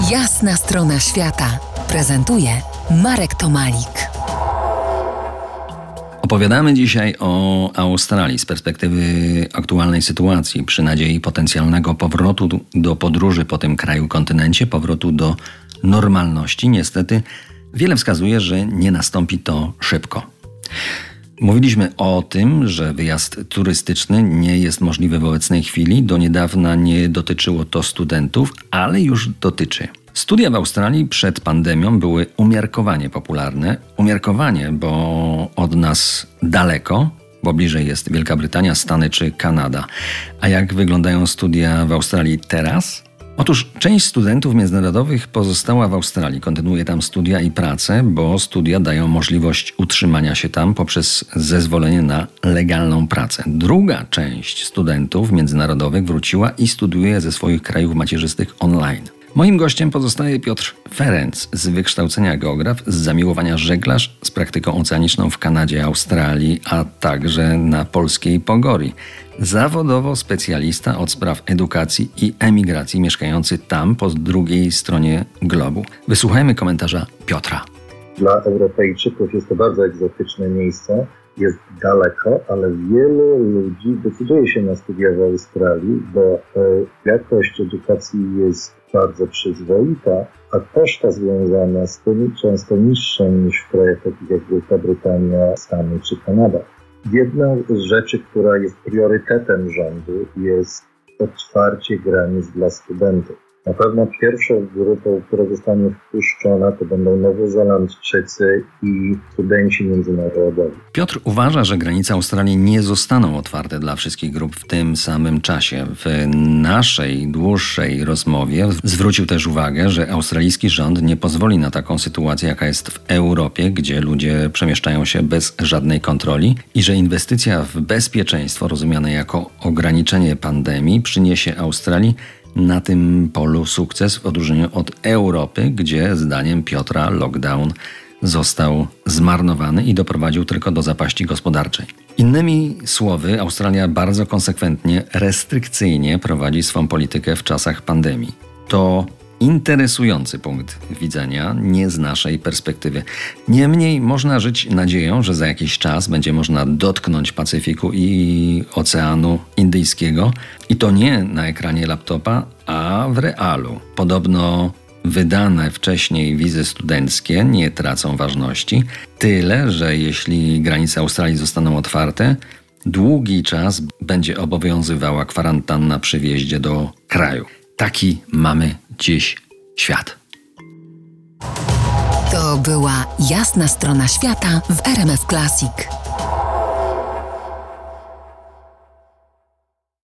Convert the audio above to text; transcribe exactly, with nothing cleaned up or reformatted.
Jasna strona świata prezentuje Marek Tomalik. Opowiadamy dzisiaj o Australii z perspektywy aktualnej sytuacji, przy nadziei potencjalnego powrotu do podróży po tym kraju kontynencie, powrotu do normalności. Niestety wiele wskazuje, że nie nastąpi to szybko. Mówiliśmy o tym, że wyjazd turystyczny nie jest możliwy w obecnej chwili. Do niedawna nie dotyczyło to studentów, ale już dotyczy. Studia w Australii przed pandemią były umiarkowanie popularne. Umiarkowanie, bo od nas daleko, bo bliżej jest Wielka Brytania, Stany czy Kanada. A jak wyglądają studia w Australii teraz? Otóż część studentów międzynarodowych pozostała w Australii, kontynuuje tam studia i pracę, bo studia dają możliwość utrzymania się tam poprzez zezwolenie na legalną pracę. Druga część studentów międzynarodowych wróciła i studiuje ze swoich krajów macierzystych online. Moim gościem pozostaje Piotr Ferenc, z wykształcenia geograf, z zamiłowania żeglarz, z praktyką oceaniczną w Kanadzie, Australii, a także na polskiej Pogorii. Zawodowo specjalista od spraw edukacji i emigracji, mieszkający tam po drugiej stronie globu. Wysłuchajmy komentarza Piotra. Dla Europejczyków jest to bardzo egzotyczne miejsce. Jest daleko, ale wielu ludzi decyduje się na studia w Australii, bo jakość edukacji jest bardzo przyzwoita, a koszta związane z tym często niższe niż w krajach takich jak Wielka Brytania, Stany czy Kanada. Jedna z rzeczy, która jest priorytetem rządu, jest otwarcie granic dla studentów. Na pewno pierwszą grupą, która zostanie wpuszczona, to będą Nowozelandczycy i studenci międzynarodowi. Piotr uważa, że granice Australii nie zostaną otwarte dla wszystkich grup w tym samym czasie. W naszej dłuższej rozmowie zwrócił też uwagę, że australijski rząd nie pozwoli na taką sytuację, jaka jest w Europie, gdzie ludzie przemieszczają się bez żadnej kontroli i że inwestycja w bezpieczeństwo, rozumiane jako ograniczenie pandemii, przyniesie Australii na tym polu sukces w odróżnieniu od Europy, gdzie zdaniem Piotra lockdown został zmarnowany i doprowadził tylko do zapaści gospodarczej. Innymi słowy, Australia bardzo konsekwentnie, restrykcyjnie prowadzi swą politykę w czasach pandemii. To interesujący punkt widzenia, nie z naszej perspektywy. Niemniej można żyć nadzieją, że za jakiś czas będzie można dotknąć Pacyfiku i Oceanu Indyjskiego i to nie na ekranie laptopa, a w realu. Podobno wydane wcześniej wizy studenckie nie tracą ważności, tyle że jeśli granice Australii zostaną otwarte, długi czas będzie obowiązywała kwarantanna przy wjeździe do kraju. Taki mamy dziś świat. To była Jasna strona świata w R M F Classic.